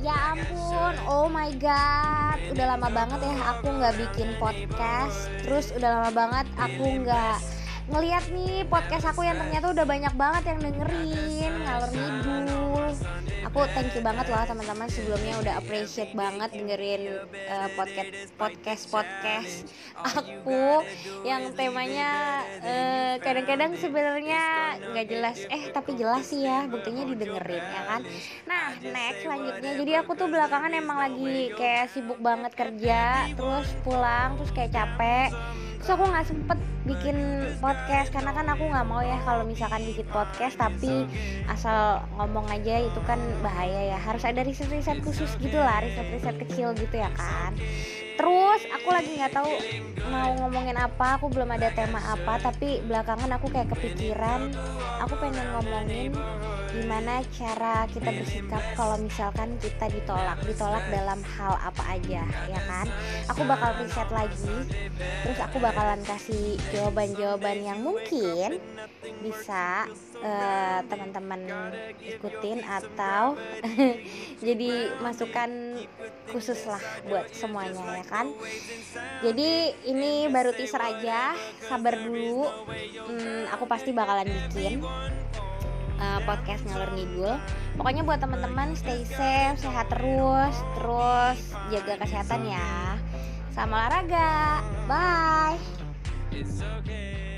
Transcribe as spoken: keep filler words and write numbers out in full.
Ya ampun, oh my god, udah lama banget ya aku nggak bikin podcast. Terus udah lama banget aku nggak ngeliat nih podcast aku yang ternyata udah banyak banget yang dengerin, ngalor ngidul. Aku thank you banget loh teman-teman, sebelumnya udah appreciate banget dengerin uh, podcast podcast podcast aku yang temanya uh, kadang-kadang sebenarnya nggak jelas, eh tapi jelas sih ya, buktinya didengerin ya kan. Nah next selanjutnya, jadi aku tuh belakangan emang lagi kayak sibuk banget kerja, terus pulang terus kayak capek, terus aku nggak sempet bikin podcast karena kan aku nggak mau ya kalau misalkan bikin podcast tapi asal ngomong aja itu kan bahaya ya, harus ada riset-riset khusus gitu lah, riset-riset kecil gitu ya kan. Terus aku lagi nggak tahu mau ngomongin apa, aku belum ada tema apa, tapi belakangan aku kayak kepikiran aku pengen ngomongin gimana cara kita bersikap kalau misalkan kita ditolak ditolak dalam hal apa aja ya kan. Aku bakal riset lagi, terus aku bakalan kasih jawaban-jawaban yang mungkin bisa uh, teman-teman ikutin atau jadi masukan khusus lah buat semuanya ya kan. Jadi ini baru teaser aja, sabar dulu. hmm, Aku pasti bakalan bikin uh, podcast ngalor ngidul. Pokoknya buat teman-teman stay safe, sehat terus, terus jaga kesehatan ya, sama olahraga. Bye. It's okay.